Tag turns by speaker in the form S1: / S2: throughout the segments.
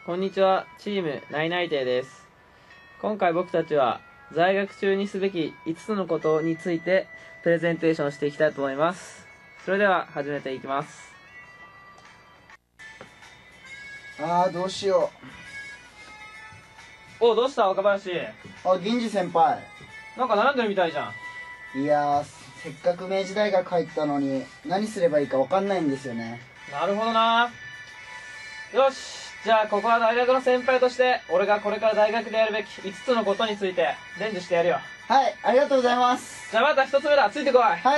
S1: こんにちは、チームナイナイデーです。今回僕たちは在学中にすべき5つのことについてプレゼンテーションしていきたいと思います。それでは始めていきます。
S2: どうしよ
S1: お、どうした岡林。
S2: う。銀次先輩。
S1: なんか悩んでるみたいじゃん。
S2: いやー、せっかく明治大学入ったのに何すればいいか分かんないんですよね。
S1: なるほどな。よし、じゃあここは大学の先輩として俺がこれから大学でやるべき5つのことについて伝授してやるよ。
S2: はい、ありがとうございます。
S1: じゃあまた1つ目だ、ついてこい。
S2: はい。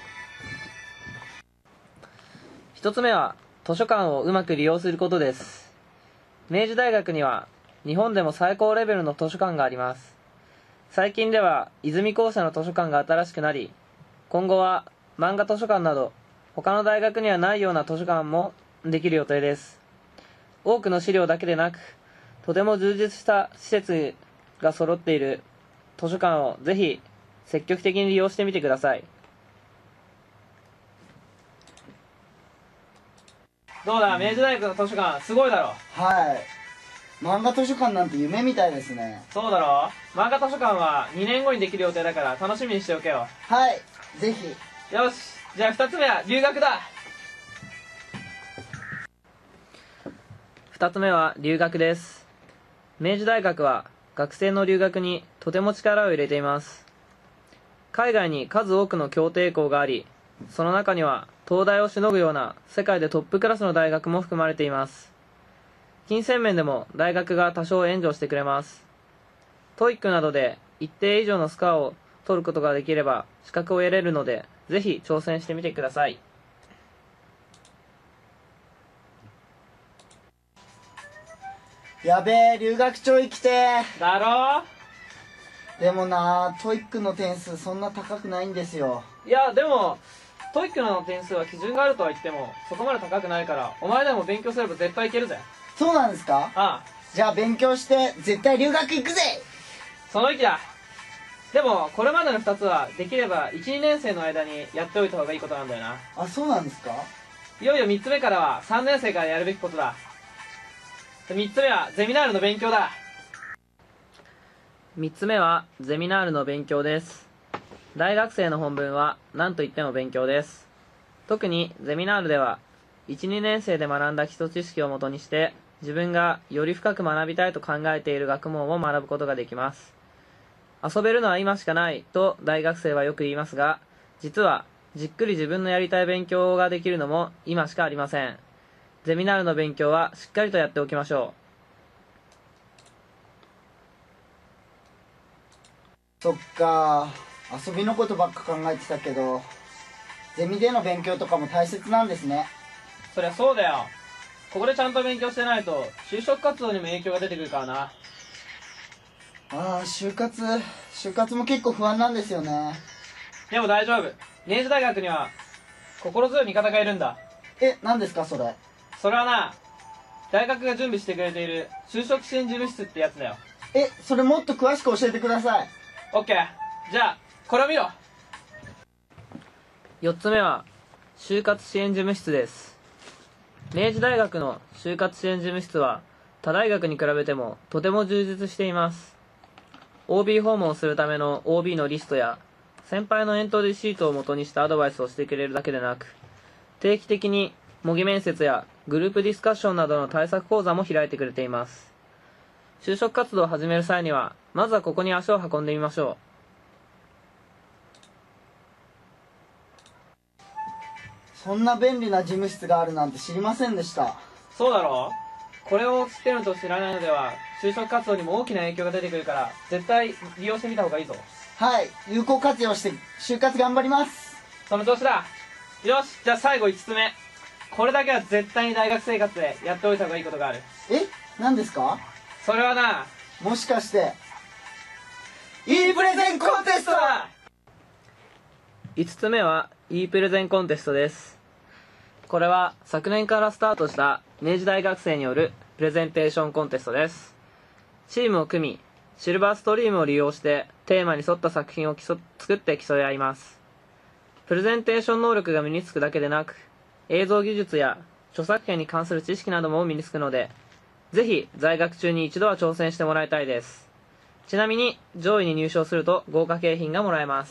S1: 1つ目は図書館をうまく利用することです。明治大学には日本でも最高レベルの図書館があります。最近では泉校舎の図書館が新しくなり、今後は漫画図書館など他の大学にはないような図書館もできる予定です。多くの資料だけでなく、とても充実した施設が揃っている図書館をぜひ積極的に利用してみてください。どうだ、明治大学の図書館すごいだろ。
S2: はい。漫画図書館なんて夢みたいですね。
S1: そうだろ。漫画図書館は2年後にできる予定だから楽しみにしておけよ。
S2: はい、ぜひ。
S1: よし、じゃあ2つ目は留学だ。2つ目は留学です。明治大学は学生の留学にとても力を入れています。海外に数多くの協定校があり、その中には東大をしのぐような世界でトップクラスの大学も含まれています。金銭面でも大学が多少援助してくれます。TOEIC などで一定以上のスコアを取ることができれば資格を得れるので、ぜひ挑戦してみてください。
S2: やべえ、留学帳行きて
S1: だろ
S2: でもなトイックの点数そんな高くないんですよ。
S1: いや、でもTOEIC の点数は基準があるとは言ってもそこまで高くないから、お前でも勉強すれば絶対いけるぜ。
S2: そうなんですか？
S1: ああ、
S2: じゃあ勉強して絶対留学行くぜ。
S1: その意気だ。でもこれまでの2つはできれば 1,2 年生の間にやっておいた方がいいことなんだよな。
S2: そうなんですか？
S1: いよいよ3つ目からは3年生からやるべきことだ。3つ目はゼミナールの勉強だ。3つ目はゼミナールの勉強です。大学生の本分は何といっても勉強です。特にゼミナールでは 1,2 年生で学んだ基礎知識をもとにして自分がより深く学びたいと考えている学問を学ぶことができます。遊べるのは今しかないと大学生はよく言いますが、実はじっくり自分のやりたい勉強ができるのも今しかありません。ゼミナールの勉強はしっかりとやっておきましょ
S2: そっか、遊びのことばっか考えてたけど、ゼミでの勉強とかも大切なんですね。
S1: う。そりゃそうだよ。ここでちゃんと勉強してないと就職活動にも影響が出てくるからな。
S2: 就活も結構不安なんですよね。
S1: でも大丈夫。明治大学には心強い味方がいるんだ。
S2: 何ですかそれ？
S1: それはな、大学が準備してくれている就職支援事務室ってやつだよ。
S2: それもっと詳しく教えてください。
S1: オッケー。じゃあこれを見ろ。4つ目は就活支援事務室です。明治大学の就活支援事務室は他大学に比べてもとても充実しています。OB 訪問をするための OB のリストや先輩のエントリーシートを元にしたアドバイスをしてくれるだけでなく、定期的に模擬面接やグループディスカッションなどの対策講座も開いてくれています。就職活動を始める際にはまずはここに足を運んでみましょ
S2: う。そんな便利な事務室があるなんて知りませんでした。
S1: そうだろう。これを知ってるのと知らないのでは就職活動にも大きな影響が出てくるから、絶対利用してみた方がいいぞ。
S2: はい、有効活用して就活頑張ります。
S1: その調子だ。よし、じゃあ最後5つ目。これだけは絶対に大学生活でやっておいた方がいいことがある。
S2: 何ですか？
S1: それはな、
S2: もしかしていいプレゼンコンテストだ。
S1: 5つ目は E プレゼンコンテストです。これは昨年からスタートした明治大学生によるプレゼンテーションコンテストです。チームを組み、シルバーストリームを利用してテーマに沿った作品を作って競い合います。プレゼンテーション能力が身につくだけでなく、映像技術や著作権に関する知識なども身につくので、 ぜひ在学中に一度は挑戦してもらいたいです。ちなみに上位に入賞すると豪華景品がもらえます。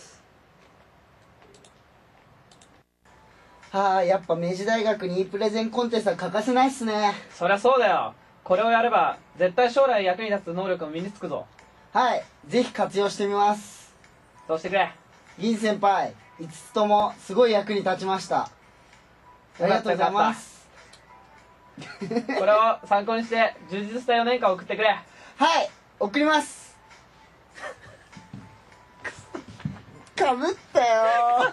S2: はあ、やっぱ明治大学にいいプレゼンコンテストは欠かせないっすね。
S1: そりゃそうだよ。これをやれば絶対将来役に立つ能力も身につくぞ。
S2: はい、ぜひ活用してみます。
S1: そうしてくれ。
S2: 銀先輩、5つともすごい役に立ちました。ありがとうございます。
S1: これを参考にして充実した4年間を送ってくれ。
S2: はい、送ります。かぶったよー。